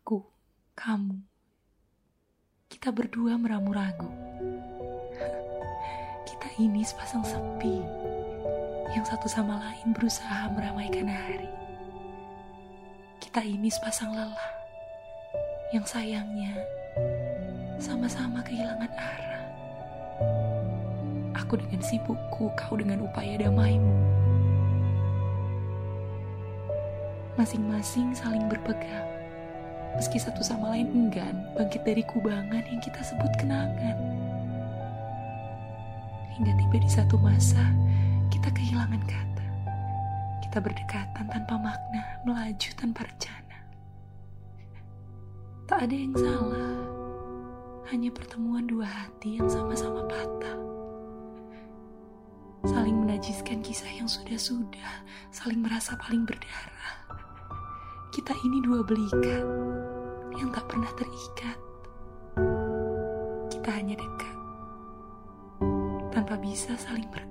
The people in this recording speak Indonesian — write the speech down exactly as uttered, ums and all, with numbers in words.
Aku, kamu, kita berdua meramu ragu. Kita ini sepasang sepi, yang satu sama lain berusaha meramaikan hari. Kita ini sepasang lelah, yang sayangnya sama-sama kehilangan arah. Aku dengan sibukku, kau dengan upaya damaimu. Masing-masing saling berpegang, meski satu sama lain enggan bangkit dari kubangan yang kita sebut kenangan. Hingga tiba di satu masa, kita kehilangan kata. Kita berdekatan tanpa makna, melaju tanpa rencana. Tak ada yang salah, hanya pertemuan dua hati yang sama-sama patah. Saling menajiskan kisah yang sudah-sudah, saling merasa paling berdarah. Kita ini dua belikat yang tak pernah terikat. Kita hanya dekat, tanpa bisa saling berkat.